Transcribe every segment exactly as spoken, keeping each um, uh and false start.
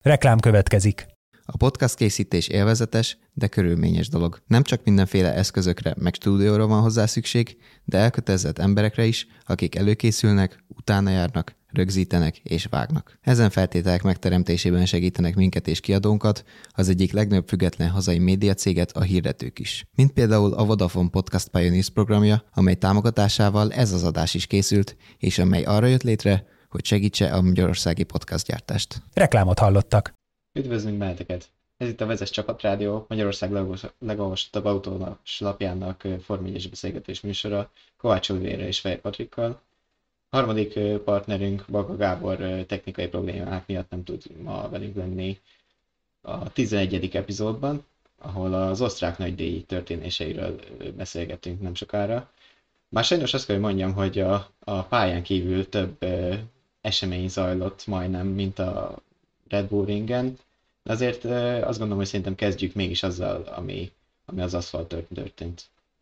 Reklám következik. A podcast készítés élvezetes, de körülményes dolog. Nem csak mindenféle eszközökre meg stúdióra van hozzá szükség, de elkötelezett emberekre is, akik előkészülnek, utána járnak, rögzítenek és vágnak. Ezen feltételek megteremtésében segítenek minket és kiadónkat, az egyik legnagyobb független hazai médiacéget, a hirdetők is. Mint például a Vodafone Podcast Pioneers programja, amely támogatásával ez az adás is készült, és amely arra jött létre, hogy segítse a magyarországi podcastgyártást. Reklámot hallottak. Üdvözlünk benneteket! Ez itt a Vezess Csapat Rádió, Magyarország legolvasottabb autós lapjának Form négyes beszélgetés műsora, Kovács Olivérrel és Fehér Patrikkal. Harmadik partnerünk, Baga Gábor technikai problémák miatt nem tud ma velünk lenni a tizenegyedik epizódban, ahol az osztrák nagydíj történéseiről beszélgetünk nem sokára. Már sajnos azt kell, hogy mondjam, hogy a, a pályán kívül több esemény zajlott majdnem, mint a Red Bull Ringen, de azért azt gondolom, hogy szerintem kezdjük mégis azzal, ami, ami az aszfalt történt.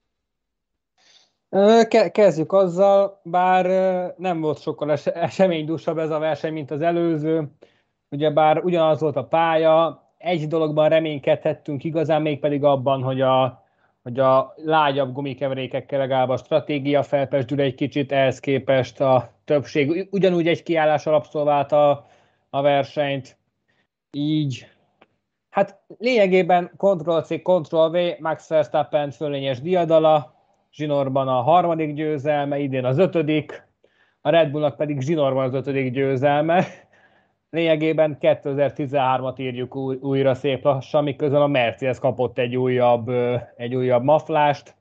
Kezdjük azzal, bár nem volt sokkal es- eseménydúsabb ez a verseny, mint az előző. Ugyebár ugyanaz volt a pálya, egy dologban reménykedhettünk igazán, mégpedig abban, hogy a, hogy a lágyabb gumikeverékekkel legalább a stratégia felpesdül egy kicsit, ehhez képest a többség ugyanúgy egy kiállással abszolválta a versenyt. Így, hát lényegében Ctrl-C, Ctrl-V, Max Verstappen fölényes diadala, zsinórban a harmadik győzelme, idén az ötödik, a Red Bullnak pedig zsinórban az ötödik győzelme. Lényegében kétezer-tizenhármat írjuk új, újra szép lassan, miközben a Mercedes kapott egy újabb, egy újabb maflást,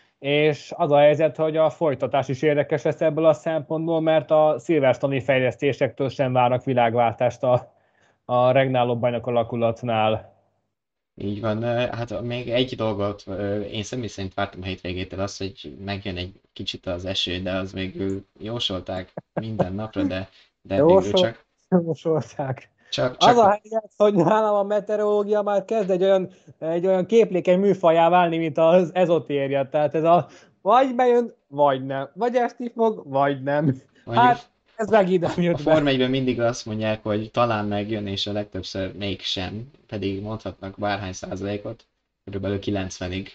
és az a helyzet, hogy a folytatás is érdekes lesz ebből a szempontból, mert a Silverstone-i fejlesztésektől sem várnak világváltást a a regnáló bajnok alakulatnál. Így van, hát még egy dolgot, én személy szerint vártam a hétvégétől azt, hogy megjön egy kicsit az eső, de az végül jósolták minden napra, de, de végül csak... Jósolták. Csak, csak... Az a helyzet, hogy nálam a meteorológia már kezd egy olyan, egy olyan képlékeny műfajá válni, mint az ezotérja. Tehát ez a vagy bejön, vagy nem. Vagy esti fog, vagy nem. Mondjuk... Hát ez meg ide jött A Form egyben mindig azt mondják, hogy talán megjön, és a legtöbbször mégsem, pedig mondhatnak bárhány százalékot, körülbelül kilencvenig.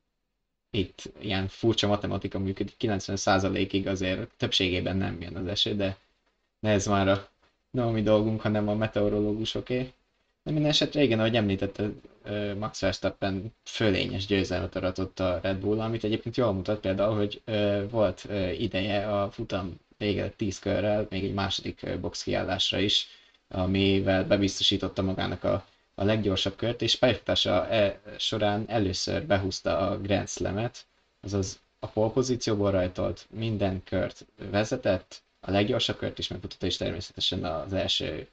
Itt ilyen furcsa matematika működik, kilencven százalékig azért többségében nem jön az eső, de, de ez már a, nem a mi dolgunk, hanem a meteorológusoké. De minden esetre igen, ahogy említette, Max Verstappen fölényes győzelmet aratott a Red Bull, amit egyébként jól mutat például, hogy volt ideje a futam vége tíz körrel, még egy második box kiállásra is, amivel bebiztosította magának a, a leggyorsabb kört, és pályafutása e során először behúzta a Grand Slam-et, azaz a pole pozícióból rajtolt, minden kört vezetett, a leggyorsabb kört is megmutatta, és természetesen az elsőként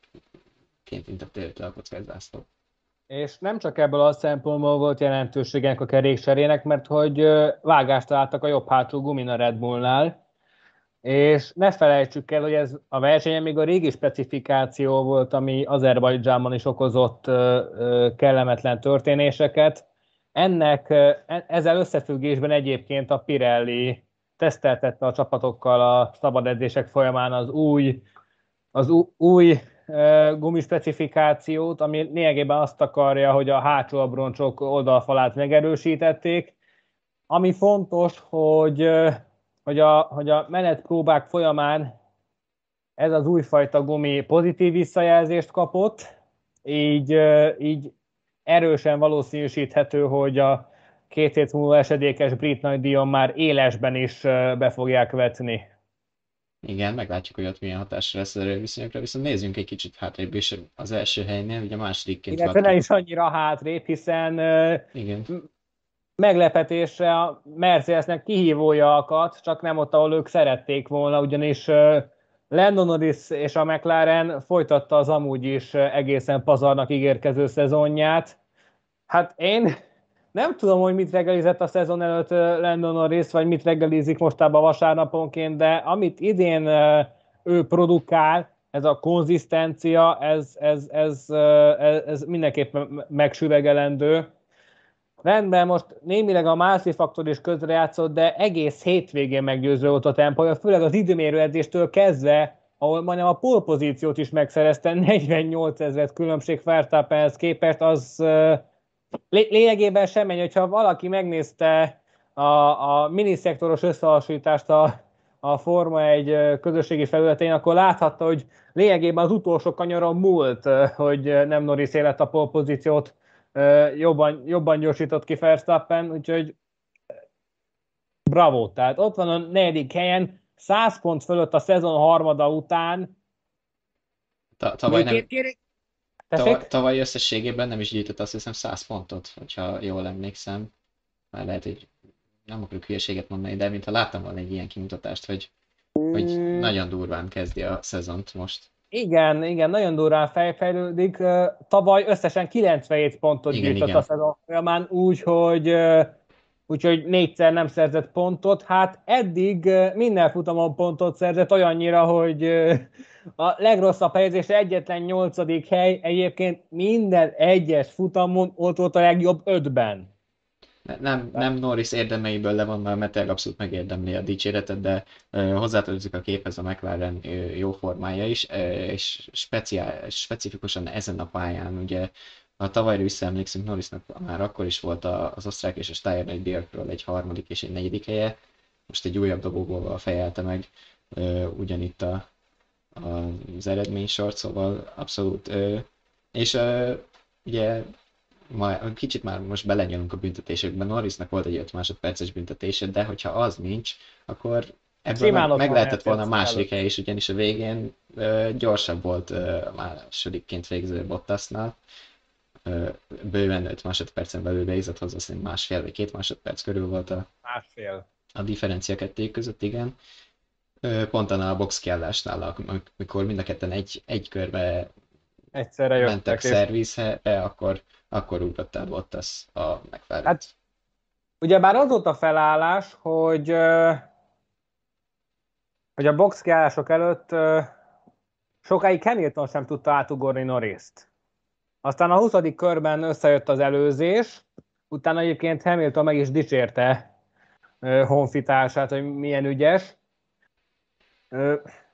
intette le a kockázászlót. És nem csak ebből a szempontból volt jelentőségnek a kerékcserének, mert hogy vágást találtak a jobb hátsó gumin a Red Bullnál, és ne felejtsük el, hogy ez a versenyen még a régi specifikáció volt, ami Azerbajdzsánban is okozott ö, ö, kellemetlen történéseket. Ennek ezzel összefüggésben egyébként a Pirelli teszteltette a csapatokkal a szabad edzések folyamán az új, az új, új ö, gumispecifikációt, ami lényegében azt akarja, hogy a hátsó abroncsok oldalfalát megerősítették. Ami fontos, hogy Hogy a, hogy a menetpróbák folyamán ez az újfajta gumi pozitív visszajelzést kapott, így, így erősen valószínűsíthető, hogy a két hét múlva esedékes brit nagydíjon már élesben is be fogják vetni. Igen, meglátjuk, hogy ott milyen hatásra lesz az erőviszonyokra, viszont nézzünk egy kicsit hátrébb is az első helynél, ugye a másodikként Igen, ne is annyira hátrébb, hiszen igen. meglepetésre a Mercedesnek kihívója akadt, csak nem ott, ahol ők szerették volna, ugyanis Lando Norris és a McLaren folytatta az amúgy is egészen pazarnak ígérkező szezonját. Hát én nem tudom, hogy mit reggelizett a szezon előtt Lando Norris, vagy mit reggelizik mostában vasárnaponként, de amit idén ő produkál, ez a konzisztencia, ez, ez, ez, ez, ez mindenképpen megsüvegelendő. Rendben, most némileg a Mászi faktor is közrejátszott, de egész hétvégén meggyőző volt a tempója, főleg az időmérő edzéstől kezdve ahol majdnem a pole pozíciót is megszerezte, negyvennyolc ezret különbség Verstappenhez képest, az lé- lényegében semmi, hogyha valaki megnézte a, a miniszektoros összehasonlítást a, a Forma egy közösségi felületén, akkor láthatta, hogy lényegében az utolsó kanyaron múlt, hogy nem Norris élet a pole pozíciót jobban, jobban gyorsított ki Verstappen, úgyhogy bravo, tehát ott van a negyedik helyen, száz pont fölött a szezon harmada után. Ta- Tavaly nem, Még kér, tavaly, tavaly összességében nem is gyűjtött azt hiszem száz pontot, hogyha jól emlékszem. Már lehet, hogy nem akarok hülyeséget mondani, de mintha láttam volna egy ilyen kimutatást, hogy, hogy Mm, nagyon durván kezdi a szezont most. igen, igen, nagyon durván fejlődik. Tavaly összesen kilencvenhét pontot Igen, gyűjtött igen. a szezon folyamán, úgyhogy úgyhogy négyszer nem szerzett pontot. Hát eddig minden futamon pontot szerzett, olyannyira, hogy a legrosszabb helyezése egyetlen nyolcadik hely, egyébként minden egyes futamon ott volt a legjobb ötben. Ne- Nem, nem Norris érdemeiből levonva, mert tényleg abszolút megérdemli a dicséretet, de uh, hozzátartozik a képhez a McLaren uh, jó formája is, uh, és speciál, specifikusan ezen a pályán, ugye ha tavalyra visszaemlékszünk, Norrisnak már akkor is volt a, az osztrák és a Steiermark Dirkről egy harmadik és egy negyedik helye, most egy újabb dobogóval fejelte meg uh, ugyanitt a, a, az eredménysort, szóval abszolút, uh, és uh, ugye ma, kicsit már most belenyúlunk a büntetésekbe. Norrisnak volt egy öt másodperces büntetése, de hogyha az nincs, akkor ebből Simán meg, ott meg van lehetett volna a Mercedes második előtt. hely is, ugyanis a végén ö, gyorsabb volt ö, a másodikként végző Bottasnál. Ö, bőven öt másodpercen belül végzett hozzá, szerintem másfél vagy két másodperc körül volt a, Másfél. a differencia kettőjük között, igen. Ö, pont annál a box kiállásnál, amikor mind a ketten egy, egy körbe Egyszerre mentek jöttek, és szervizre, akkor, akkor ugrott el Bottas a McLaren. hát ugyebár az volt a felállás, hogy, ö, hogy a box kiállások előtt ö, sokáig Hamilton sem tudta átugorni Norrist. Aztán a huszadik körben összejött az előzés, utána egyébként Hamilton meg is dicsérte ö, honfitársát, hogy milyen ügyes. Ö,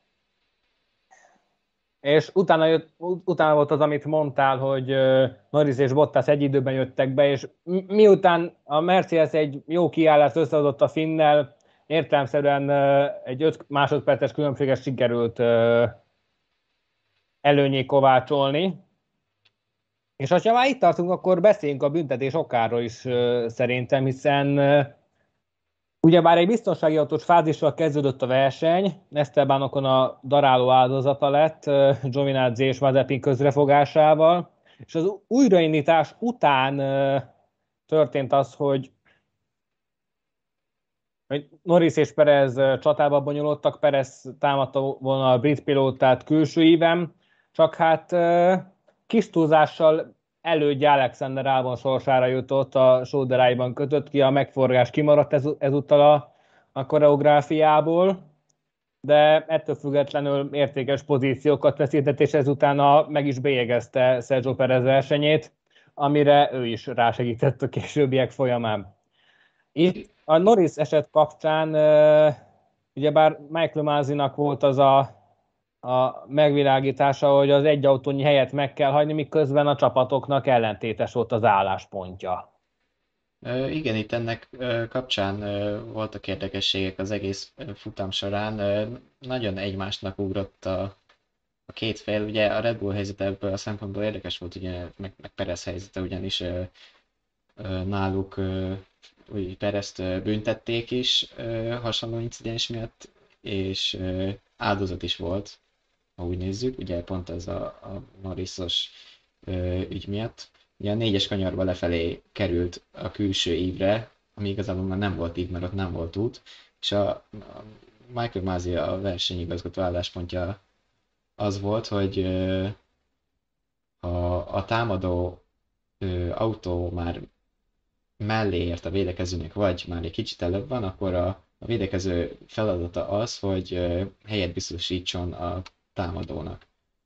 és utána, jött, utána volt az, amit mondtál, hogy ö, Norris és Bottas egy időben jöttek be, és mi- miután a Mercedes egy jó kiállást összehozott a Finnel, értelemszerűen ö, egy öt másodperces különbséget sikerült ö, előnyé kovácsolni. És ha már itt tartunk, akkor beszéljünk a büntetés okáról is ö, szerintem, hiszen ö, ugyebár egy biztonsági autós fázissal kezdődött a verseny, Esteban Ocon a daráló áldozata lett ö, Giovinazzi és Mazepin közrefogásával, és az újraindítás után ö, történt az, hogy hogy Norris és Perez ö, csatába bonyolódtak, Perez támadta volna a brit pilótát külső íven, csak hát ö, kis túlzással elődje Alexander Albon sorsára jutott, a sóderáiban kötött ki, a megforgás kimaradt ez, ezúttal a, a koreográfiából, de ettől függetlenül értékes pozíciókat veszített, és ezután a, meg is bélyegezte Sergio Perez versenyét, amire ő is rásegített a későbbiek folyamán. Itt a Norris eset kapcsán uh, ugyebár Michael Masinak volt az a, a megvilágítása, hogy az egy autónyi helyet meg kell hagyni, miközben a csapatoknak ellentétes volt az álláspontja. Ö, Igen, itt ennek ö, kapcsán ö, voltak érdekességek az egész ö, futam során. Ö, Nagyon egymásnak ugrott a, a két fél. Ugye a Red Bull helyzete ebből a szempontból érdekes volt, ugye, meg, meg Perez helyzete, ugyanis ö, ö, náluk ö, úgy Perezt ö, büntették is ö, hasonló incidens miatt, és ö, áldozat is volt, ha úgy nézzük, ugye pont ez a, a Norrisos ö, ügy miatt. Ugye a négyes kanyarba lefelé került a külső ívre, ami igazából már nem volt ív, mert ott nem volt út, és a, a Michael Masi a versenyigazgató álláspontja az volt, hogy ö, ha a támadó ö, autó már mellé ért a védekezőnek, vagy már egy kicsit előbb van, akkor a, a védekező feladata az, hogy ö, helyet biztosítson a támadónak.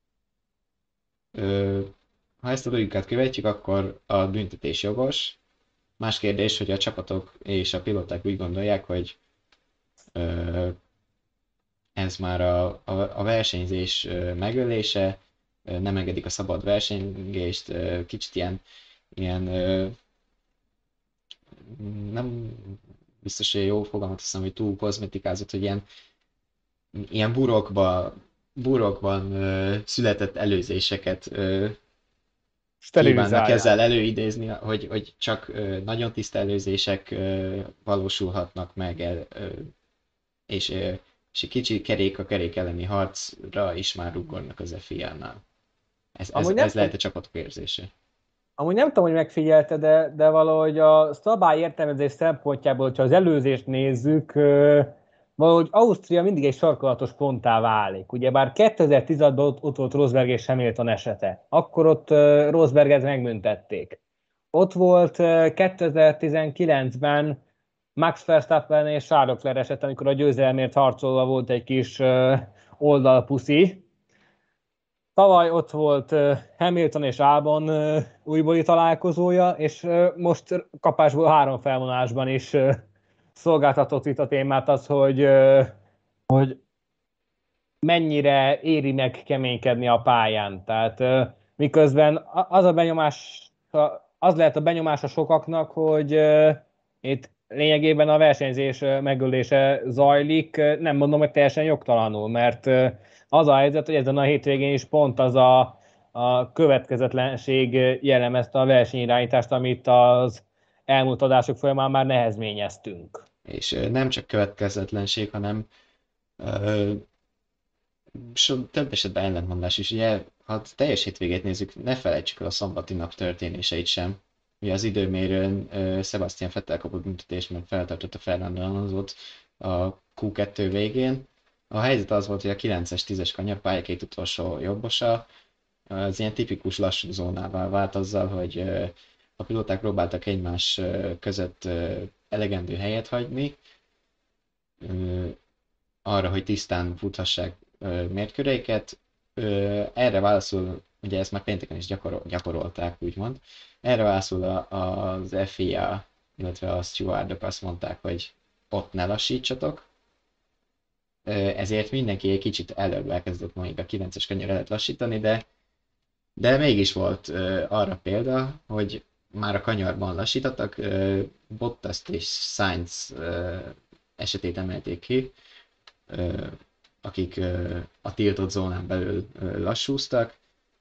Ö, Ha ezt a logikát követjük, akkor a büntetés jogos. Más kérdés, hogy a csapatok és a pilóták úgy gondolják, hogy ö, ez már a, a, a versenyzés ö, megölése, ö, nem engedik a szabad versengést, ö, kicsit ilyen, ilyen ö, nem biztos, hogy jó fogalmat hiszem, hogy túl kozmetikázott, hogy ilyen, ilyen burokba, burokban ö, született előzéseket ö, kívánnak ezzel Sterilizálják. előidézni, hogy, hogy csak ö, nagyon tiszta előzések ö, valósulhatnak meg, el, ö, és, ö, és egy kicsi kerék a kerék elleni harcra is már ugornak az ef i á-nál. Ez, ez, Amúgy nem ez lehet tudom, a csapatok érzése. amúgy nem tudom, hogy megfigyelte, de, de valahogy a szabály értelmezés szempontjából, hogyha az előzést nézzük, ö, valahogy Ausztria mindig egy sarkalatos ponttá válik. Ugyebár kétezer-tizenhatban ott, ott volt Rosberg és Hamilton esete. Akkor ott ö, Rosberget megbüntették. Ott volt ö, kétezer-tizenkilencben Max Verstappen és Charles Leclerc eset, amikor a győzelemért harcolva volt egy kis ö, oldalpuszi. Tavaly ott volt uh, Hamilton és Albon uh, újbóli találkozója, és uh, most kapásból három felvonásban is uh, szolgáltatott itt a témát az, hogy, uh, hogy mennyire éri meg keménykedni a pályán. Tehát uh, miközben az a benyomás, az lehet a benyomás a sokaknak, hogy uh, itt lényegében a versenyzés uh, megölése zajlik, uh, nem mondom, hogy teljesen jogtalanul, mert uh, az a helyzet, hogy ezen a hétvégén is pont az a, a következetlenség jellemezte a versenyirányítást, amit az elmúlt adások folyamán már nehezményeztünk. És ö, nem csak következetlenség, hanem ö, so, több esetben ellentmondás is. Ugye, ha teljes hétvégét nézzük, ne felejtsük el a szombati nap történéseit sem. Ugye az időmérőn uh, Sebastian Vettel kapott büntetést, mert feltartotta Fernando Alonsót a kú kettő végén. A helyzet az volt, hogy a kilences tízes kanyarpálya két utolsó jobbosa az ilyen tipikus lassú zónává vált azzal, hogy uh, a pilóták próbáltak egymás uh, között uh, elegendő helyet hagyni, uh, arra, hogy tisztán futhassák ö, mérkőreiket. Ö, erre válaszul, ugye ezt már pénteken is gyakorol, gyakorolták, úgymond, erre válaszul a, az ef i á, illetve a stewardok azt mondták, hogy ott ne lassítsatok, ö, ezért mindenki egy kicsit előbb elkezdett majd a kilences kanyar előtt lassítani, de, de mégis volt ö, arra példa, hogy már a kanyarban lassítottak, ö, Bottaszt és Sainz ö, esetét emelték ki, ö, akik ö, a tiltott zónán belül ö, lassúztak,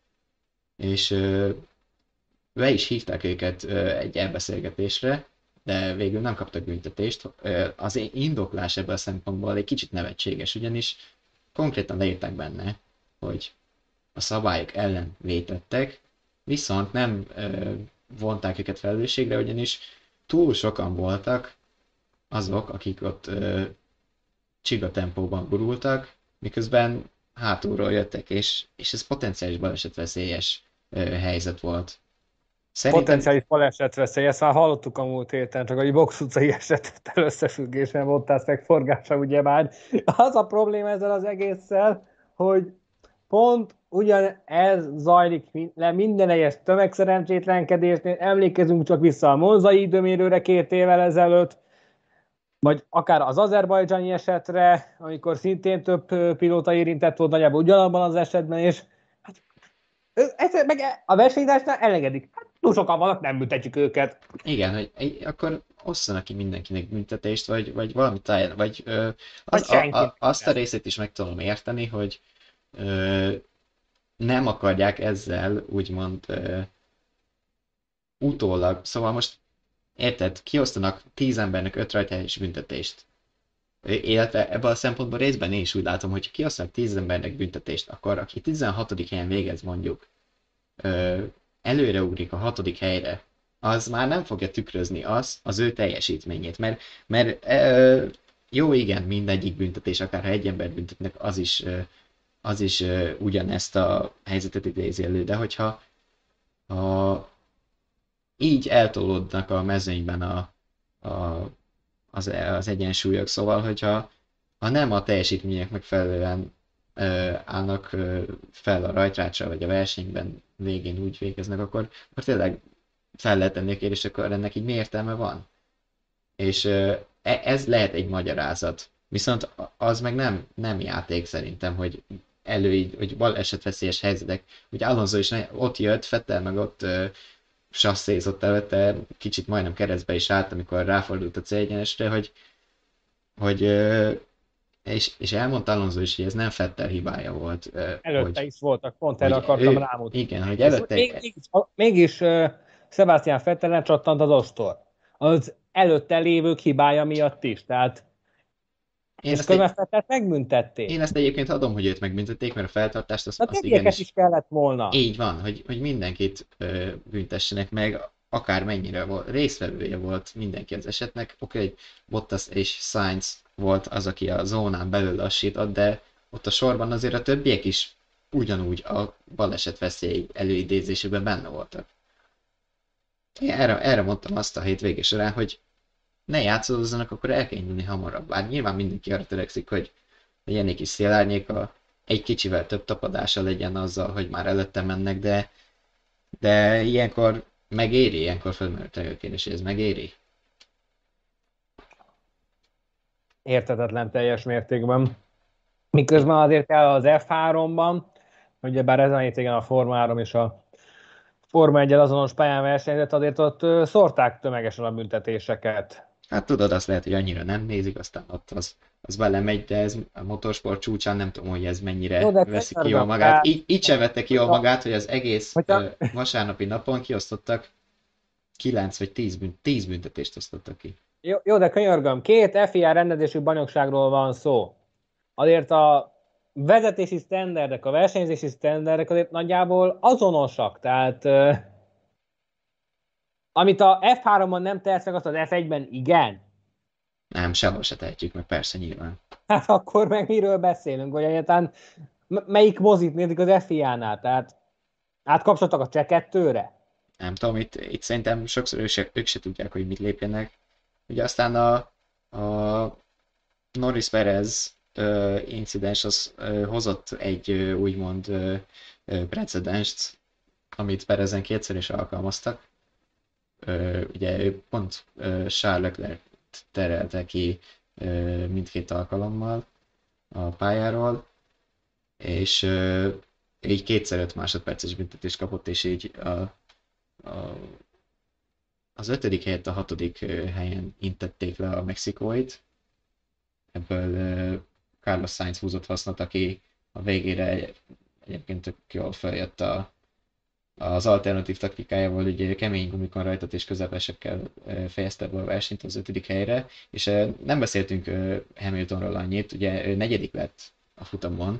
és ö, be is hívták őket ö, egy elbeszélgetésre, de végül nem kaptak büntetést. Ö, az indoklás ebből a szempontból egy kicsit nevetséges, ugyanis konkrétan leírták benne, hogy a szabályok ellen vétettek, viszont nem ö, vonták őket felelősségre, ugyanis túl sokan voltak azok, akik ott ö, csiga tempóban gurultak, miközben hátulról jöttek, és, és ez potenciális balesetveszélyes ö, helyzet volt. Szerintem Potenciális balesetveszély, ezt már hallottuk a múlt héten, csak a Box utcai esettel összefüggésben Bottas megforgása, ugye már. Az a probléma ezzel az egésszel, hogy pont ugyan ez zajlik le minden egyes tömegszerencsétlenkedésnél, emlékezünk csak vissza a monzai időmérőre két évvel ezelőtt, vagy akár az azerbajdzsáni esetre, amikor szintén több pilóta érintett volt nagyjából ugyanabban az esetben, és hát, egyszer meg a versenyzásnál elengedik. Hát túl sokan vannak, nem büntetjük őket. igen, hogy egy- akkor osszanak ki mindenkinek büntetést, vagy, vagy valamit találjon, vagy ö, Vagy az, a, senki. a, azt a részét is meg tudom érteni, hogy ö, nem akarják ezzel úgymond ö, utólag, szóval most érted, kiosztanak tíz embernek öt rajthelyes büntetést. Illetve ebből a szempontból részben én is úgy látom, hogy ha kiosztanak tíz embernek büntetést, akkor aki tizenhatodik helyen végez mondjuk, ö, előreugrik a hatodik helyre, az már nem fogja tükrözni az, az ő teljesítményét, mert, mert ö, jó, igen, mindegyik büntetés, akár ha egy embert büntetnek, az is, ö, az is ö, ugyanezt a helyzetet idézi elő, de hogyha ha így eltolódnak a mezőnyben a, a, az, az egyensúlyok, szóval, hogyha ha nem a teljesítmények megfelelően ö, állnak ö, fel a rajtrácsra, vagy a versenyben végén úgy végeznek, akkor, akkor tényleg fel lehet tenni a kérdést, akkor ennek így mi értelme van? És ö, e- ez lehet egy magyarázat Viszont az meg nem, nem játék szerintem, hogy elő, hogy balesetveszélyes helyzetek. Ugye Alonso is ott jött, Vettel meg ott ö, sasszézott előtte, kicsit majdnem keresztbe is állt, amikor ráfordult a célegyenesre, hogy, hogy ö, és, és elmondta Alonso is, hogy ez nem Vettel hibája volt, ö, Előtte hogy, is voltak, pont erre hogy akartam ő, rámutatni. igen, hogy És előtte, még, mégis, mégis uh, Sebastian Vettelen csattant az ostor. Az előtte lévők hibája miatt is. Tehát, én és ezt, egy, közben Vettelt megbüntették. én ezt egyébként adom, hogy őt megbüntették, mert a feltartást azt, A azt többieket igenis is kellett volna. így van, hogy, hogy mindenkit ö, büntessenek meg, akár mennyire volt, résztvevője volt mindenki az esetnek. Oké, okay, Bottas és Sainz volt az, aki a zónán belül lassított, de ott a sorban azért a többiek is ugyanúgy a baleset veszély előidézésében benne voltak. Én erre, erre mondtam azt a hétvége során, hogy ne játszódozzanak, akkor el kell indulni hamarabb. Bár nyilván mindenki arra törekszik, hogy legyen egy kis szélárnyéka, egy kicsivel több tapadása legyen azzal, hogy már előtte mennek, de, de ilyenkor megéri, ilyenkor felmerült a kérdés, hogy ez megéri. Értetetlen teljes mértékben. Miközben azért kell az ef háromban, ugyebár ezen a hétvégen a Forma három és a Forma egy azonos pályán versenyzett, azért ott szórták tömegesen a büntetéseket. Hát tudod, azt lehet, hogy annyira nem nézik, aztán ott az, az belemegy, de ez a motorsport csúcsán nem tudom, hogy ez mennyire Jó, de veszi ki könyörgöm, jól magát. tehát- Így, így sem vette ki jól Hogyha- magát, hogy az egész hogyha- ö, vasárnapi napon kiosztottak kilenc vagy tíz bünt, tíz büntetést osztottak ki. Jó, jó, de könyörgöm, két ef i á rendezésű bajnokságról van szó. Azért a vezetési sztenderdek, a versenyzési sztenderdek azért nagyjából azonosak. Tehát uh, amit a ef háromon nem tehetsz meg, azt az ef egyben igen. Nem, sehol se tehetjük meg, persze nyilván. Hát akkor meg miről beszélünk, hogy egyáltalán m- melyik mozit nézik az ef i á-nál? Tehát átkapcsoltak a cseh kettőre? Nem tudom, itt, itt szerintem sokszor ők se, ők se tudják, hogy mit lépjenek. Ugye aztán a, a Norris Perez ö, incidens az ö, hozott egy ö, úgymond ö, ö, precedenst, amit Perezen kétszer is alkalmaztak. Ö, ugye ő pont ö, Charles Leclerc terelte ki ö, mindkét alkalommal a pályáról, és ö, így kétszer öt másodperces büntetést kapott, és így a, a, az ötödik helyett a hatodik ö, helyen intették le a mexikóit. Ebből ö, Carlos Sainz húzott hasznot, aki a végére egyébként tök jól feljött a, az alternatív taktikájával, ugye kemény gumikon rajtat és közepesekkel ö, fejezte be a versenyt az ötödik helyre, és ö, nem beszéltünk ö, Hamiltonról annyit, ugye ő negyedik lett a futamon,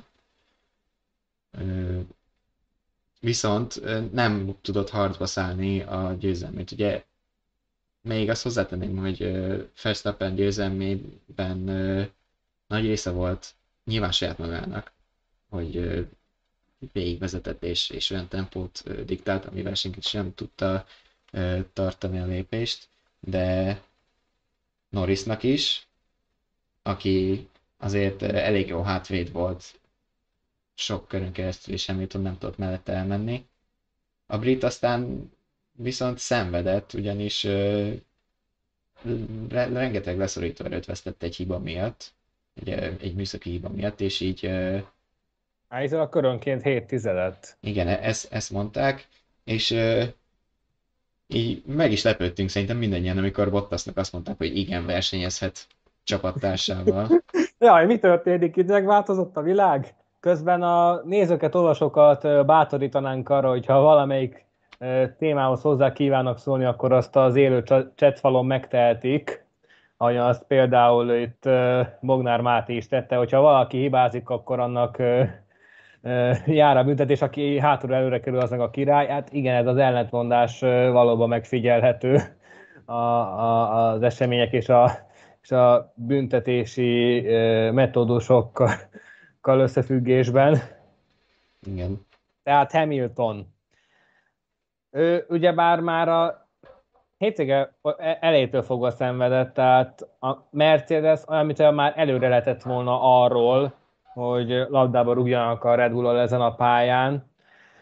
ö, viszont ö, nem tudott harcba szállni a győzelmét. Ugye még azt hozzátenném, hogy ö, Verstappen győzelmében ö, nagy része volt nyilván saját magának, hogy ö, végigvezetett és, és olyan tempót ö, diktált, amivel senki sem tudta ö, tartani a lépést, de Norrisnak is, aki azért ö, elég jó hátvéd volt sok körön keresztül, és Hamilton nem tudott mellette elmenni. A brit aztán viszont szenvedett, ugyanis ö, re- rengeteg leszorító erőt vesztett egy hiba miatt, egy, egy műszaki hiba miatt, és így ö, Állítólag körönként hét tizedet. igen, e- ezt, ezt mondták, és ö, így meg is lepődtünk szerintem mindannyian, amikor Bottasnak azt mondták, hogy igen, versenyezhet csapattársával. Jaj, mi történik itt? Megváltozott a világ? Közben a nézőket, olvasókat ö, bátorítanánk arra, hogyha valamelyik ö, témához hozzá kívánnak szólni, akkor azt az élő csa- chatfalon megtehetik, ahogy azt például itt ö, Bognár Máté is tette, hogyha valaki hibázik, akkor annak ö, ö, jár a büntetés, aki hátul előre kerül, az meg a király. Hát igen, ez az ellentmondás ö, valóban megfigyelhető a, a, az események és a, és a büntetési ö, metódusokkal összefüggésben. Igen. Tehát Hamilton. Ő ugyebár már a hétvége elejétől fogva szenvedett, tehát a Mercedes olyan, mint már előre lehetett volna arról, hogy labdába rúgjanak a Red Bull-al ezen a pályán.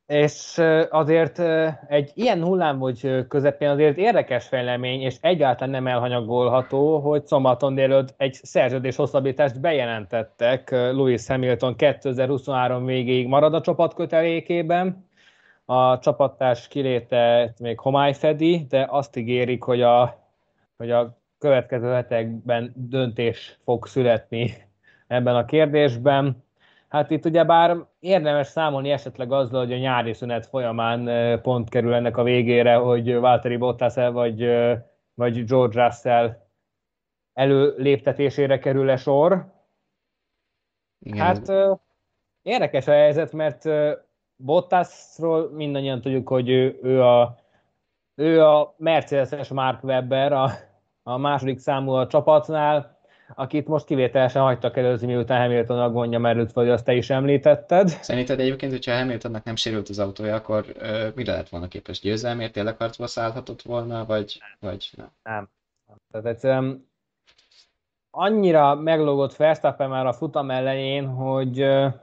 És azért egy ilyen hullámvölgy közepén azért érdekes fejlemény, és egyáltalán nem elhanyagolható, hogy szombaton délőtt egy szerződés hosszabbítást bejelentettek. Lewis Hamilton kétezer-huszonhárom végéig marad a csapat kötelékében. A csapattárs kiléte még homály fedi, de azt ígérik, hogy a, hogy a következő hetekben döntés fog születni ebben a kérdésben. Hát itt ugyebár érdemes számolni esetleg azzal, hogy a nyári szünet folyamán pont kerül ennek a végére, hogy Valtteri Bottas vagy, vagy George Russell előléptetésére kerül-e sor. Igen, Hát ez- érdekes a helyzet, mert Bottasról mindannyian tudjuk, hogy ő, ő a, ő a Mercedes-es Mark Webber, a, a második számú a csapatnál, akit most kivételesen hagytak előzni, miután Hamiltonnak gondja merült fel, hogy azt te is említetted. Szerinted egyébként, hogyha Hamiltonnak nem sérült az autója, akkor ö, mire lett volna képes? Győzelmért tényleg harcba szállhatott volna, vagy, vagy nem? Nem. Tehát egyszerűen annyira meglógott Verstappen már a futam elején, hogy,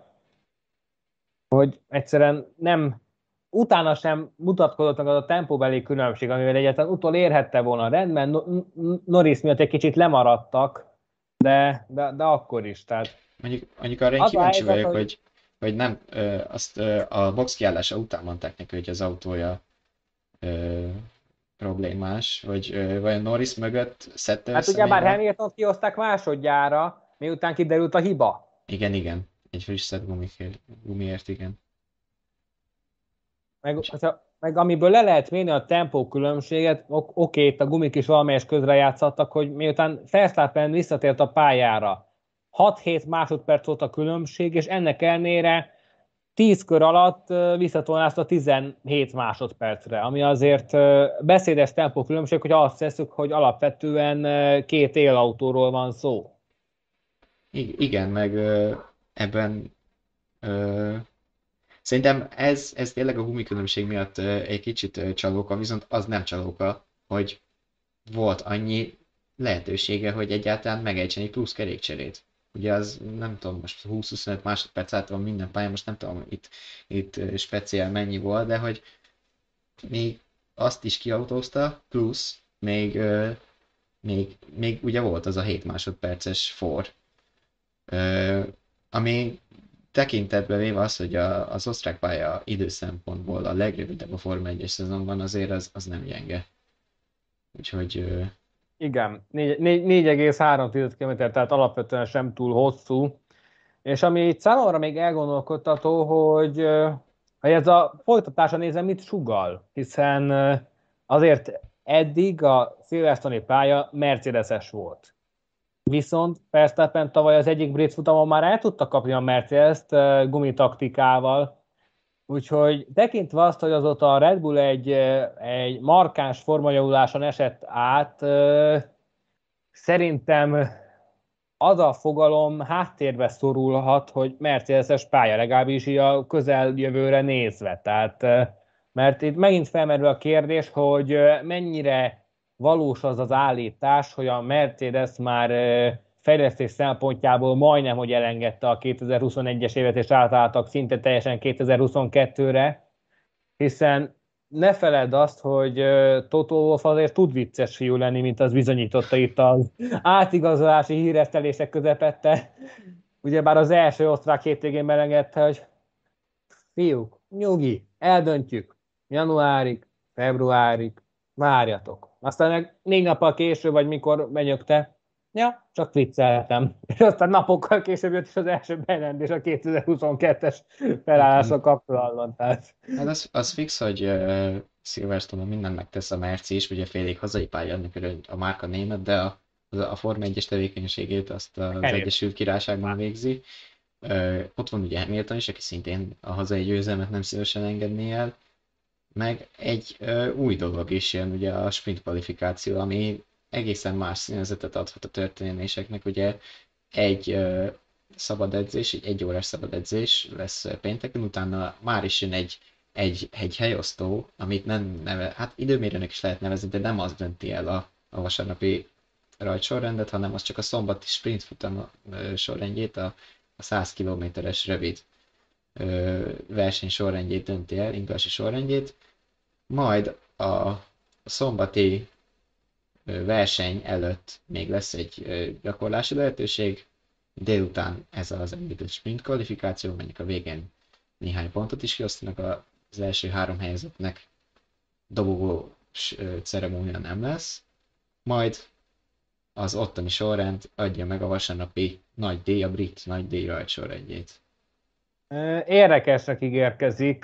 hogy egyszerűen nem, utána sem mutatkozott meg az a tempóbeli különbség, amivel egyáltalán utol érhette volna. Rendben, Norris miatt egy kicsit lemaradtak, de, de, de akkor is. Tehát Mondjuk, mondjuk arra én az a kíváncsi helyzet, vagyok, hogy hogy, hogy nem, ö, azt ö, a box kiállása után mondták neki, hogy az autója ö, problémás, vagy ö, vajon Norris mögött szedte hát össze még ugyebár a... Hamilton kihozták másodjára, miután kiderült a hiba. Igen, igen. Egy frissebb gumikért, gumiért, igen. Meg, És, az meg amiből le lehet mérni a tempó különbséget, ok- oké, itt a gumik is valamelyes közre játszottak, hogy miután Verstappen visszatért a pályára, hat-hét másodperc volt a különbség, és ennek ellenére tíz kör alatt ö, visszatornázta tizenhét másodpercre, ami azért ö, beszédes tempó különbség, hogy azt tesszük, hogy alapvetően ö, két élautóról van szó. i- igen, meg ö, ebben ö, szerintem ez, ez tényleg a gumikülönbség miatt ö, egy kicsit ö, csalóka, viszont az nem csalóka, hogy volt annyi lehetősége, hogy egyáltalán megejtsen egy plusz kerékcserét. Ugye az nem tudom, most húsz-huszonöt másodperc át van minden pályán, most nem tudom itt, itt ö, speciál mennyi volt, de hogy még azt is kiautózta, plusz még, ö, még, még ugye volt az a hét másodperces for, ö, ami tekintetbe véve az, hogy a, az osztrák pálya időszempontból a legrövidebb a Forma egyes szezonban, azért az, az nem gyenge. Úgyhogy ö, Igen, négy- négy- négy egész három kilométer, tehát alapvetően sem túl hosszú. És ami itt számomra még elgondolkodtató, hogy, ö, hogy ez a folytatása nézve mit sugall, hiszen ö, azért eddig a Silverstone-i pálya Mercedes-es volt. Viszont Verstappen tavaly az egyik brit futamon már el tudta kapni a Mercedes-t ö, gumitaktikával, úgyhogy tekintve azt, hogy azóta a Red Bull egy, ö, egy markáns formajavuláson esett át, ö, szerintem az a fogalom háttérbe szorulhat, hogy Mercedes-es pálya, legalábbis így a közeljövőre nézve. Tehát, eh, mert itt megint felmerül a kérdés, hogy eh, mennyire valós az az állítás, hogy a Mercedes már eh, fejlesztés szempontjából majdnem, hogy elengedte a kétezer-huszonegyes évet, és átálltak szinte teljesen kétezer-huszonkettőre, hiszen ne feledd azt, hogy uh, Toto Wolff azért tud vicces fiú lenni, mint az bizonyította itt az átigazolási híresztelések közepette. Ugyebár az első osztrák hétvégén belengedte, hogy fiúk, nyugi, eldöntjük. Januárig, februárig, várjatok. Aztán meg négy nappal később, vagy mikor benyögte, ja, csak vicceltem. És aztán napokkal később jött is az első bejelentés a kétezer-huszonkettes felállással igen. kapcsolatban. Tehát Hát az, az fix, hogy uh, Silverstone-on mindent megtesz a Merci is, ugye félig hazai pálya, amikor a márka német, de a, a Forma egyes tevékenységét azt az elég. Egyesült Királyságban végzi. Uh, ott van ugye Hamilton is, aki szintén a hazai győzelmet nem szívesen engedné el. Meg egy ö, új dolog is jön, ugye a sprint kvalifikáció, ami egészen más színezetet adhat a történéseknek. Ugye egy ö, szabad edzés, egy egyórás szabad edzés lesz ö, pénteken, utána már is jön egy, egy, egy helyosztó, amit nem neve, hát időmérőnek is lehet nevezni, de nem az dönti el a, a vasárnapi rajtsorrendet, hanem az csak a szombati sprint futam ö, sorrendjét, a, a száz kilométeres rövid. verseny sorrendjét dönti el, indulási sorrendjét, majd a szombati verseny előtt még lesz egy gyakorlási lehetőség, délután ez az említett sprint kvalifikáció, melynek a végén néhány pontot is kiosztanak az első három helyezettnek, dobogó ceremónia nem lesz, majd az ottani sorrend adja meg a vasárnapi nagy díj, a brit nagy díj rajtsorrendjét. Érdekesnek ígérkezik.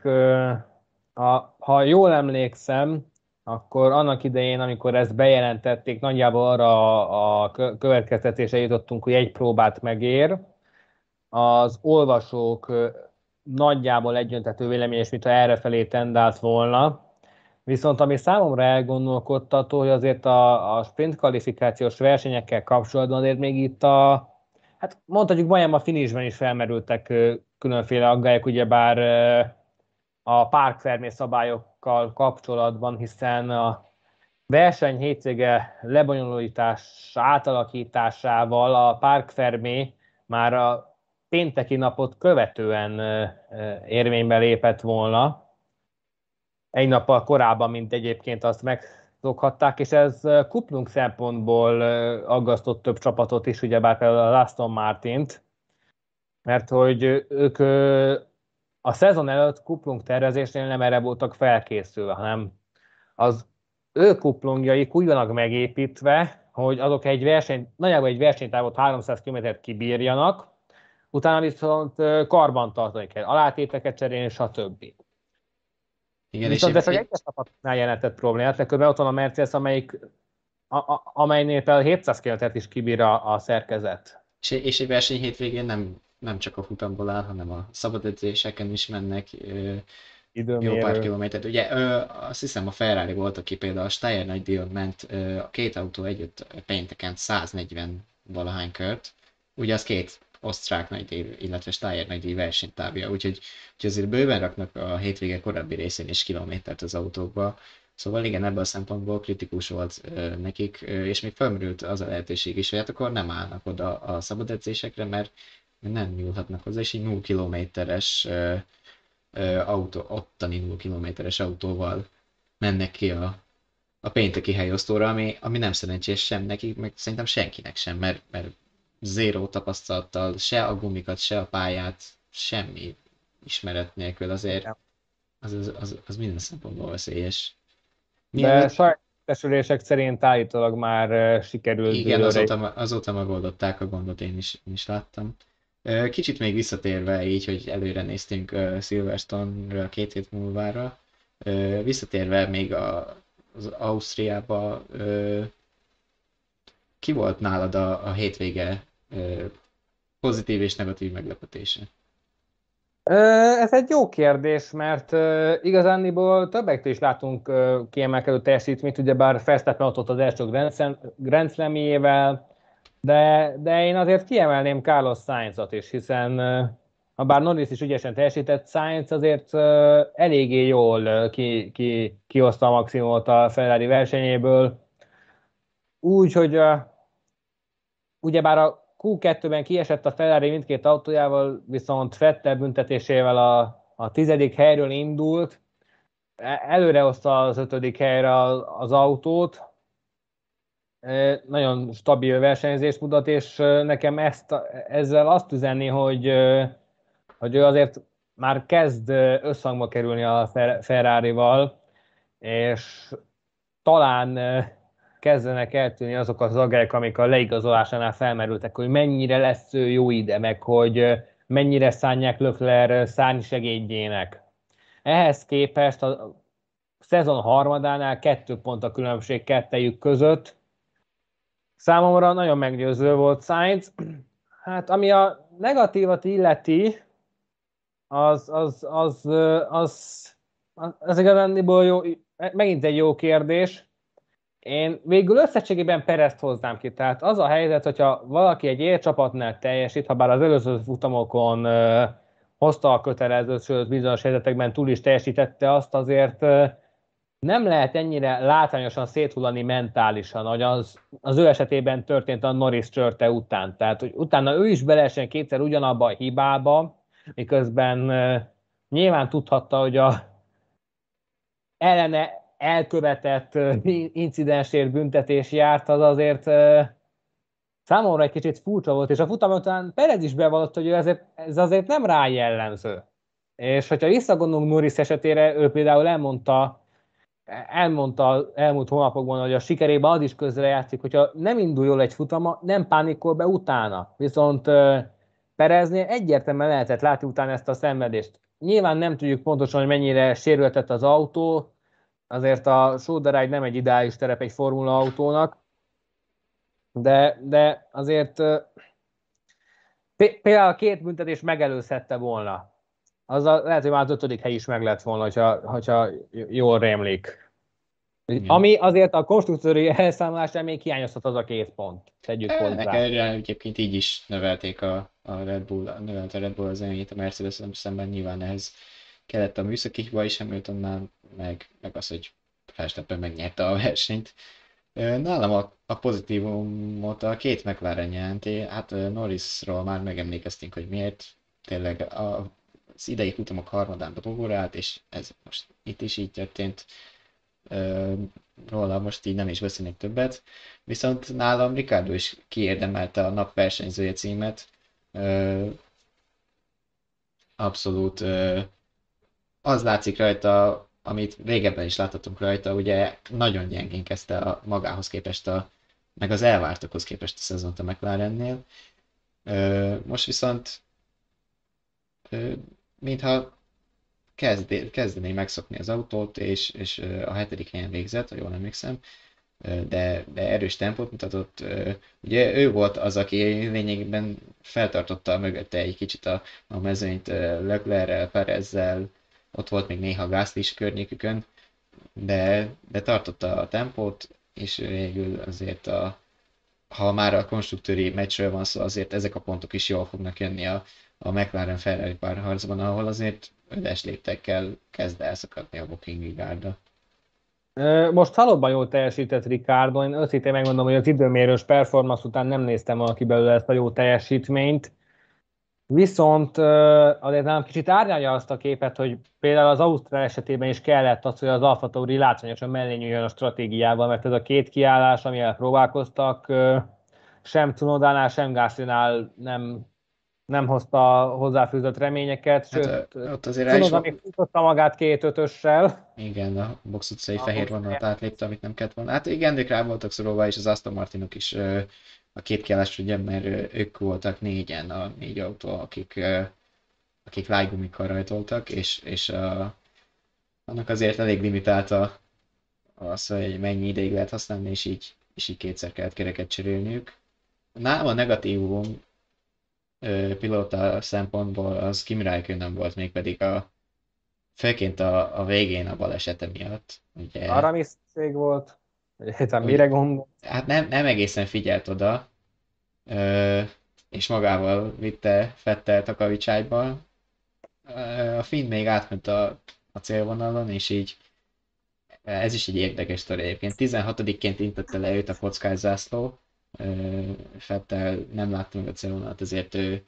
Ha jól emlékszem, akkor annak idején, amikor ezt bejelentették, nagyjából arra a következtetésre jutottunk, hogy egy próbát megér. Az olvasók nagyjából egyöntető véleményes, mintha errefelé tendált volna. Viszont ami számomra elgondolkodtató, hogy azért a, a sprint kvalifikációs versenyekkel kapcsolatban azért még itt a, hát mondhatjuk majdnem a finishben is felmerültek különféle aggályok, ugyebár a Parc Fermé szabályokkal kapcsolatban, hiszen a verseny hétvége lebonyolítás átalakításával a Parc Fermé már a pénteki napot követően érvénybe lépett volna, egy nappal korábban, mint egyébként azt megszokhatták, és ez kuplung szempontból aggasztott több csapatot is, ugyebár például a Aston Martint, mert hogy ők a szezon előtt kuplung tervezésnél nem erre voltak felkészülve, hanem az ő kuplungjaik úgy vannak megépítve, hogy azok egy verseny, nagyjából egy versenytávot háromszáz kilométert kibírjanak, utána viszont karbantartani kell, alátéteket cserélni, stb. Igen, viszont és ez csak egyes csapatnál jelentett problémát, legközelebb ott van a Mercedes, amelyik, a, a, amelynél például hétszáz kilométert is kibír a, a szerkezet. És, és egy verseny hétvégén nem, nem csak a futamból áll, hanem a szabad edzéseken is mennek ö, jó pár kilométert. Ugye ö, azt hiszem a Ferrari volt, aki például a Steyer nagydíjon ment, ö, a két autó együtt pénteken száznegyven valahány kört. Ugye az két osztrák nagydíj, illetve Steyer nagydíj versenytávja, úgyhogy, úgyhogy azért bőven raknak a hétvége korábbi részén is kilométert az autókba. Szóval igen, ebből a szempontból kritikus volt ö, nekik, ö, és még felmerült az a lehetőség is, hogy hát akkor nem állnak oda a szabad edzésekre, mert nem nyúlhatnak hozzá, és egy nulla kilométeres ö, ö, autó, ottani nulla kilométeres autóval mennek ki a, a pénteki helyosztóra, ami, ami nem szerencsés sem nekik, meg szerintem senkinek sem, mert, mert zéró tapasztalattal, se a gumikat, se a pályát, semmi ismeret nélkül azért az, az, az, az minden szempontból veszélyes. De sajtesülések szerint állítólag már sikerült. Igen, azóta, azóta megoldották a gondot, én is, én is láttam. Kicsit még visszatérve így, hogy előre néztünk Silverstone-ra két hét múlvára, visszatérve még a, az Ausztriába, ki volt nálad a, a hétvége pozitív és negatív meglepetése? Ez egy jó kérdés, mert igazániból többektől is látunk kiemelkedő teljesítményt, ugyebár Verstappen ott az első Grand Slam-jével, de, de én azért kiemelném Carlos Sainzot is, hiszen ha bár Norris is ügyesen teljesített, Sainz azért eléggé jól ki, ki, kihozta a maximumot a Ferrari versenyéből, úgy, hogy ugyebár a kú kettőben kiesett a Ferrari mindkét autójával, viszont Vettel büntetésével a, a tizedik helyről indult, előrehozta az ötödik helyre az autót, nagyon stabil versenyzést mutat, és nekem ezt, ezzel azt üzenni, hogy, hogy ő azért már kezd összhangba kerülni a Ferrarival, és talán kezdenek eltűnni azok az aggályok, amik a leigazolásánál felmerültek, hogy mennyire lesz ő jó ide, meg hogy mennyire szánják Leclerc szárnysegédjének. Ehhez képest a szezon harmadánál kettő pont a különbség kettejük között. Számomra nagyon meggyőző volt Sainz. Hát ami a negatívat illeti, az, az, az, az, az, az igazándiból jó, megint egy jó kérdés. Én végül összességében Perezt hoznám ki. Tehát az a helyzet, hogyha valaki egy élcsapatnál teljesít, ha bár az előző futamokon uh, hozta a kötelezőt, sőt bizonyos helyzetekben túl is teljesítette, azt azért uh, nem lehet ennyire látványosan széthullani mentálisan, hogy az, az ő esetében történt a Norris csörte után. Tehát, hogy utána ő is beleesen kétszer ugyanabba a hibába, miközben uh, nyilván tudhatta, hogy a ellene elkövetett uh, incidensért büntetés járt, az azért uh, számomra egy kicsit furcsa volt, és a futam után Perez is bevallott, hogy ezért, ez azért nem rá jellemző. És hogyha visszagondolunk Norris esetére, ő például elmondta, elmondta elmúlt hónapokban, hogy a sikerében az is közrejátszik, hogyha nem indul jól egy futama, nem pánikol be utána. Viszont Pereznél egyértelműen lehetett látni utána ezt a szenvedést. Nyilván nem tudjuk pontosan, hogy mennyire sérültett az autó, azért a Soderágy nem egy ideális terep egy formula autónak, de, de azért például a két büntetés megelőzhette volna. Az a, lehet, hogy már az ötödik hely is meg lett volna, hogyha, hogyha jól rémlik. Igen. Ami azért a konstruktőri elszámolásán még hiányozhat az a két pont. Tegyük hozzá. Nekem egyébként így is növelték a, a Red Bull, növelte a Red Bull az előnyét a Mercedes szemben, nyilván ehhez kellett a műszaki hiba is Hamiltonnál, meg, meg az, hogy Verstappen megnyerte a versenyt. Nálam a, a pozitívumot a két McLaren jelenti, hát Norrisról már megemlékeztünk, hogy miért tényleg a, az idei futamok harmadán dobogóra állt, és ez most itt is így történt. Róla most így nem is beszélnék többet, viszont nálam Ricciardo is kiérdemelte a nap versenyzője címet. Abszolút az látszik rajta, amit régebben is láthatunk rajta, ugye nagyon gyengén kezdte a magához képest, a, meg az elvártakhoz képest a szezont a McLarennél. Most viszont mintha kezdé, kezdené megszokni az autót, és, és a hetedik helyen végzett, ha jól emlékszem, de, de erős tempót mutatott. Ugye ő volt az, aki lényegében feltartotta mögötte egy kicsit a, a mezőnyt Leclerrel, Perezzel, ott volt még néha Gasly is környékükön, de, de tartotta a tempót, és végül azért a, ha már a konstruktőri meccsről van szó, azért ezek a pontok is jól fognak jönni a, a McLaren Ferrari párharcban, ahol azért ödes léptekkel kezd elszakadni a Bookingi gárda. Most halotban jól teljesített Ricciardo, én őszintén megmondom, hogy az időmérős performance után nem néztem volna ki belőle ezt a jó teljesítményt, viszont azért nem kicsit árnyalja azt a képet, hogy például az Ausztrál esetében is kellett az, hogy az Alfa Tauri látványosan mellé nyúljon a stratégiával, mert ez a két kiállás, amivel próbálkoztak, sem Cunodánál, sem Gaslynál nem nem hozta hozzáfűzött reményeket, sőt, hát, ott azért Cunoda még futotta magát két ötössel. Igen, a box utcai a fehér vonalat átlépte, amit nem kellett volna. Hát igen, ők rá voltak szorulva, és az Aston Martinok is a két kiállás, ugye, mert ők voltak négyen, a négy autó, akik, akik lájgumikkal rajtoltak, és, és a, annak azért elég limitálta az, hogy mennyi ideig lehet használni, és így, és így kétszer kellett kereket cserélniük. Nálam a negatívum pilóta szempontból az Kimi Räikkönen volt, mégpedig a főként a, a végén a balesete miatt. Ugye, arra mi szükség volt? Hát mire gondol? Hát nem, nem egészen figyelt oda, és magával vitte Vettelt a kavicságyba. A Finn még átment a, a célvonalon, és így ez is egy érdekes sztori egyébként. tizenhatodikként intette le őt a kockás zászló, Vettel nem látta meg a célvonalat, ezért ő,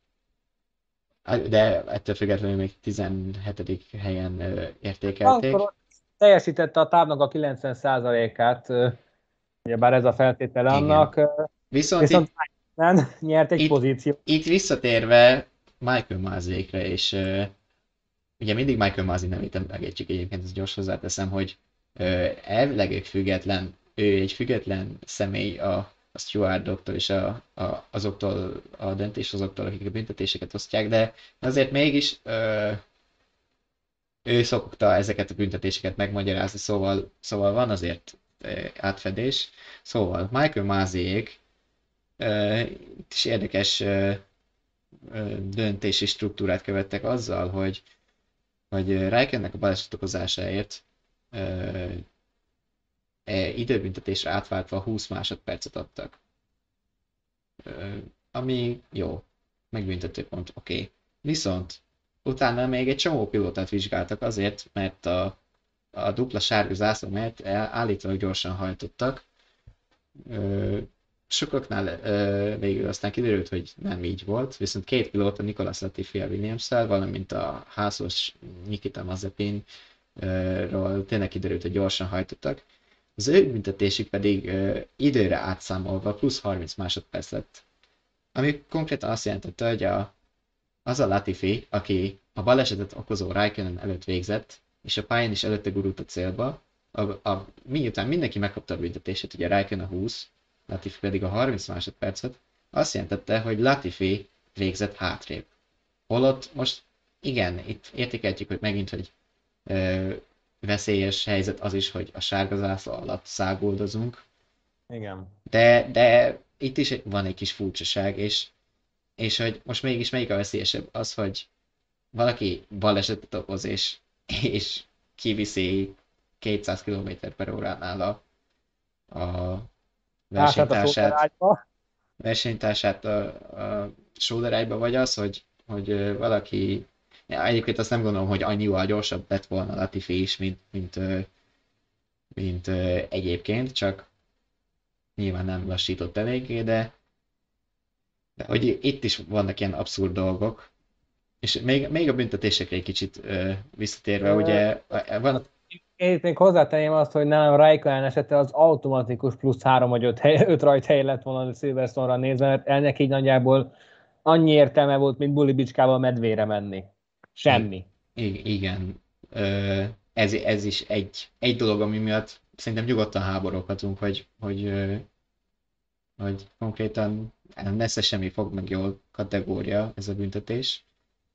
de ettől függetlenül még tizenhetedik helyen értékelték. Akkor teljesítette a távnak a kilencven százalékát, ugyebár ez a feltétele annak. Viszont, viszont nem nyert egy itt, pozíciót. Itt visszatérve Michael Masékre, és uh, ugye mindig Michael Masi nevét emlegetjük, egyébként ezt gyors hozzáteszem, hogy uh, elvileg ők független, ő egy független személy a a stewardoktól és a, a, azoktól a döntéshozoktól, akik a büntetéseket osztják, de azért mégis ö, ő szokta ezeket a büntetéseket megmagyarázni, szóval, szóval van azért ö, átfedés. Szóval Michael Masiék itt is érdekes ö, ö, döntési struktúrát követtek azzal, hogy, hogy Räikkönennek a baleset okozásáért ö, E, időbüntetésre átváltva húsz másodpercet adtak. Ö, ami jó, megbüntető pont, oké. Okay. Viszont utána még egy csomó pilótát vizsgáltak azért, mert a, a dupla sárga zászló mellett állítólag gyorsan hajtottak. Ö, sokaknál ö, végül aztán kiderült, hogy nem így volt, viszont két pilóta, Nicolas Latifi a Williams-szel, valamint a házos Nikita Mazepin-ról tényleg kiderült, hogy gyorsan hajtottak. Az ő büntetésük pedig ö, időre átszámolva plusz harminc másodperc lett. Ami konkrétan azt jelentette, hogy a, az a Latifi, aki a balesetet okozó Raikkonen előtt végzett, és a pályán is előtte gurult a célba, a, a, miután mindenki megkapta a büntetését, ugye Raikkonen a húsz, Latifi pedig a harminc másodpercet, azt jelentette, hogy Latifi végzett hátrébb. Holott most igen, itt értékeltjük, hogy megint, hogy ö, veszélyes helyzet az is, hogy a sárga zászló alatt száguldozunk, Igen. de, de itt is van egy kis furcsaság, és, és hogy most mégis melyik a veszélyesebb? Az, hogy valaki balesetet okoz, és, és kiviszi kétszáz kilométer per óránál a, a Átállt a versenytársát, szóterágyba. versenytársát a, a sóderájba, vagy az, hogy, hogy ö, valaki, ja, egyébként azt nem gondolom, hogy annyival gyorsabb lett volna Latifi is, mint, mint, ö, mint ö, egyébként, csak nyilván nem lassított eléggé, de, de hogy itt is vannak ilyen abszurd dolgok, és még, még a büntetésekre egy kicsit ö, visszatérve, ugye van, Én itt még hozzátenném azt, hogy nálam Raikkonen esete az automatikus plusz három vagy öt, hely, öt rajt hely lett volna a Silverstone-ra nézve, mert ennek így nagyjából annyi értelme volt, mint Buli Bicskával medvére menni. Semmi. I- igen, ö, ez, ez is egy, egy dolog, ami miatt szerintem nyugodtan háboroghatunk, hogy, hogy, ö, hogy konkrétan nesze semmi fog meg jól kategória ez a büntetés.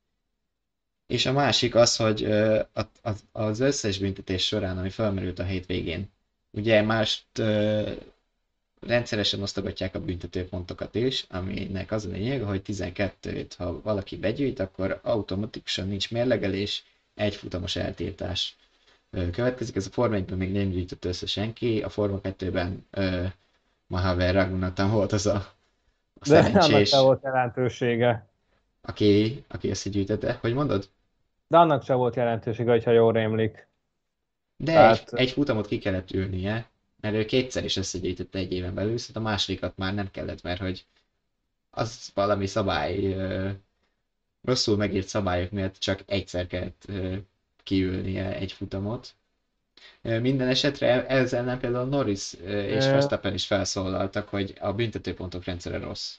És a másik az, hogy ö, a- az, az összes büntetés során, ami felmerült a hétvégén, ugye mást ö, rendszeresen osztogatják a büntetőpontokat is, aminek az a lényeg, hogy tizenkettőt, ha valaki begyűjt, akkor automatikusan nincs mérlegelés, egy futamos eltiltás ö, következik. Ez a Forma egyben még nem gyűjtött össze senki, a Forma kettőben ö, Mahaver Raghunathan volt az a, a De annak szerencsés, sem volt jelentősége. aki, aki összegyűjtette. Hogy mondod? De annak sem volt jelentősége, hogyha jól rémlik. De egy, Tehát egy futamot ki kellett ülnie, mert ő kétszer is összegyűjtötte egy éven belül, szóval a másodikat már nem kellett, mert hogy az valami szabály, ö, rosszul megírt szabályok miatt csak egyszer kellett ö, kiülnie egy futamot. Ö, Minden esetre ezzel nem például Norris ö, és ö, Verstappen is felszólaltak, hogy a büntetőpontok rendszere rossz.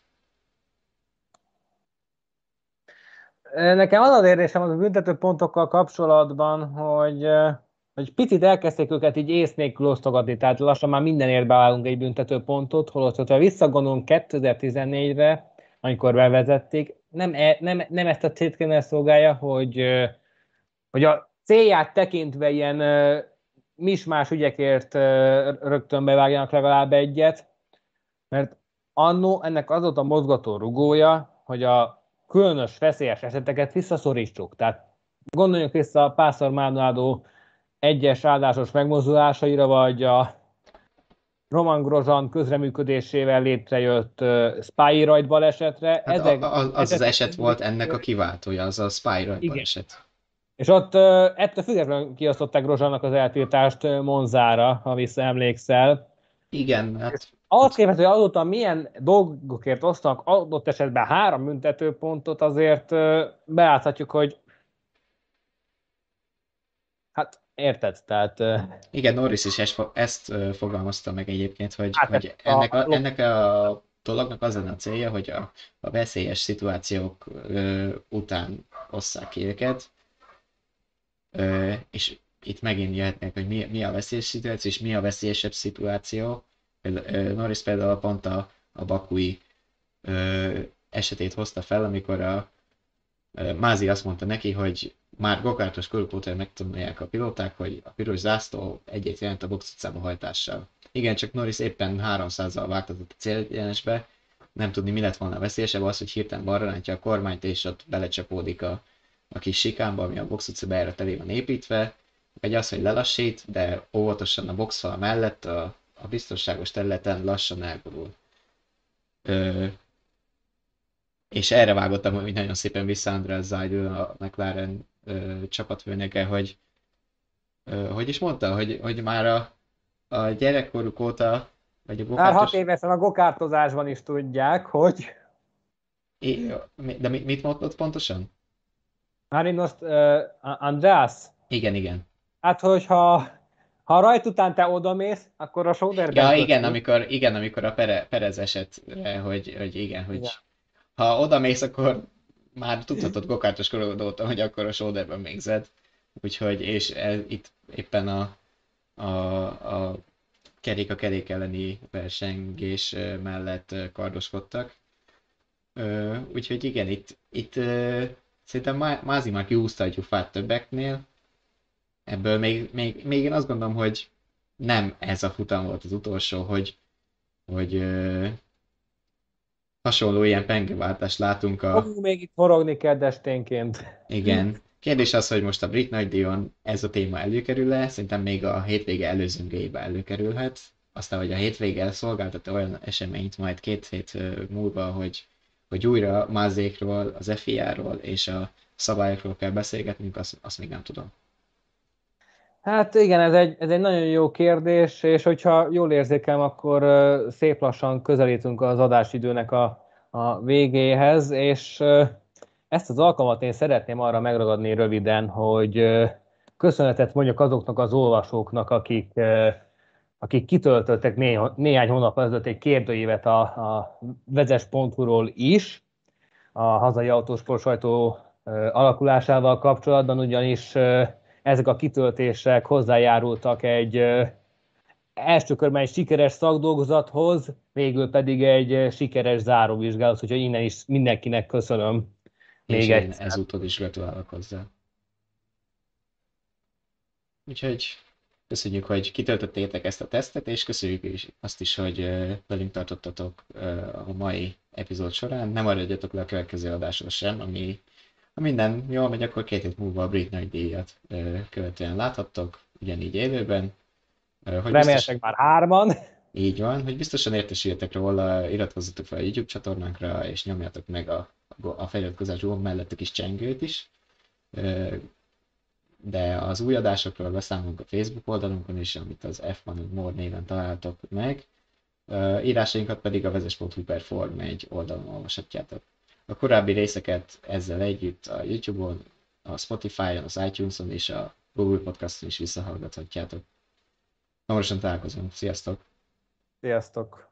nekem az az érzésem az a büntető pontokkal kapcsolatban, hogy, ö, hogy picit elkezdték őket így ész nélkül osztogatni, tehát lassan már mindenért bevágunk egy büntető pontot, holott, ha visszagondolunk kétezer-tizennégyre, amikor bevezették, nem, e, nem, nem ezt a célt kellene szolgálja, hogy, ö, hogy a célját tekintve ilyen ö, mismás ügyekért ö, rögtön bevágjanak legalább egyet, mert annó ennek az volt a mozgató rugója, hogy a különös veszélyes eseteket visszaszorítsuk. Tehát gondoljunk vissza a Pásztor Maldonado egyes áldásos megmozdulásaira, vagy a Roman Grosjean közreműködésével létrejött uh, Spy rajt balesetre. Hát Ezek, a, a, az az ezek, eset volt ennek a kiváltója, az a Spy igen. eset. És ott uh, ettől függetlenül kiosztották Grosjeannak az eltiltást uh, Monzára, ha visszaemlékszel. Igen, hát Ahhoz képest, hogy azóta milyen dolgokért osztanak adott esetben három büntetőpontot, azért ö, beállhatjuk, hogy hát érted, tehát ö, igen, Norris is ezt, fo- ezt ö, fogalmazta meg egyébként, hogy, hát hogy a, ennek, a, a, ennek a dolognak az lenne a célja, hogy a, a veszélyes szituációk ö, után osszák ki őket, ö, és itt megint jöhetnek, hogy mi, mi a veszélyes szituáció, és mi a veszélyesebb szituáció. Például, ö, Norris például pont a, a bakui ö, esetét hozta fel, amikor a ö, Mázi azt mondta neki, hogy már gokártos körök óta megtanulják a pilóták, hogy a piros zászló egyet jelent a box utcába hajtással. Igen, csak Norris éppen háromszázzal váltatott a célegyenesbe, nem tudni mi lett volna veszélyesebb, az, hogy hirtelen balra rántja a kormányt, és ott belecsapódik a, a kis sikánba, ami a box utca bejárat elé van építve, vagy az, hogy lelassít, de óvatosan a boxfal mellett a, a biztonságos területen lassan elgurul. Ö, és erre vágottam, hogy nagyon szépen vissza András Zajdl, a McLaren ö, csapatfőnöke, hogy ö, hogy is mondta, hogy, hogy már a, a gyerekkoruk óta Vagy a Már hat gokártos... évesen a gokártozásban is tudják, hogy É, de mi- mit mondott pontosan? már én most uh, András, Igen, igen. hát hogyha ha rajt után te odamész, akkor a Ja, shoulderben igen, kötni. amikor, igen, amikor a Pere, Perez esetre, hogy, hogy igen, Igen. hogy ha oda mész, akkor már tudhatod gokártos korod óta, hogy akkor a shoulderben végzed. Úgyhogy, és ez, itt éppen a, a, a kerék a kerék elleni versengés ö, mellett ö, kardoskodtak. Ö, Úgyhogy igen, itt, itt ö, szerintem Má- Mázi már kiúzta a gyufát többeknél. Ebből még, még, még én azt gondolom, hogy nem ez a futam volt az utolsó, hogy, hogy ö, hasonló ilyen pengeváltást látunk a... Fogunk még itt forogni keddesténként. Igen. Kérdés az, hogy most a brit nagydíjon ez a téma előkerül-e, szerintem még a hétvége előzőngébe előkerülhet. Aztán, hogy a hétvége szolgáltat olyan eseményt majd két hét ö, múlva, hogy, hogy újra Mazékról, az ef i á-ról és a szabályokról kell beszélgetnünk, azt, azt még nem tudom. Hát igen, ez egy, ez egy nagyon jó kérdés, és hogyha jól érzékelem, akkor ö, szép lassan közelítünk az adásidőnek a, a végéhez, és ö, ezt az alkalmat én szeretném arra megragadni röviden, hogy ö, köszönetet mondjak azoknak az olvasóknak, akik, ö, akik kitöltöttek né, néhány hónap ezelőtt egy kérdőívet a, a vezes pont hu-ról is, a hazai autósport sajtó alakulásával kapcsolatban, ugyanis ezek a kitöltések hozzájárultak egy első körben egy sikeres szakdolgozathoz, végül pedig egy sikeres záróvizsgálat, úgyhogy innen is mindenkinek köszönöm És még én egyszer. ezúttal is gratulálok hozzá. Úgyhogy köszönjük, hogy kitöltöttétek ezt a tesztet, és köszönjük is azt is, hogy ö, velünk tartottatok ö, a mai epizód során. Nem maradjatok le a következő adásra sem, ami ha minden jól megy, akkor két hét múlva a brit nagydíjat ö, követően láthattok, ugyanígy élőben. Ö, Hogy biztos, Reméltek már hárman. így van, hogy biztosan értesüljetek róla, iratkozzatok fel a YouTube csatornánkra, és nyomjátok meg a, a feliratkozás gomb mellett a kis csengőt is. Ö, De az új adásokról beszámolunk a Facebook oldalunkon is, amit az ef egy More néven találtok meg. Ö, Írásainkat pedig a vezes pont hu per Form egy oldalon olvashatjátok. A korábbi részeket ezzel együtt a YouTube-on, a Spotify-on, az iTunes-on és a Google Podcast-on is visszahallgathatjátok. Hamarosan találkozunk. Sziasztok! Sziasztok!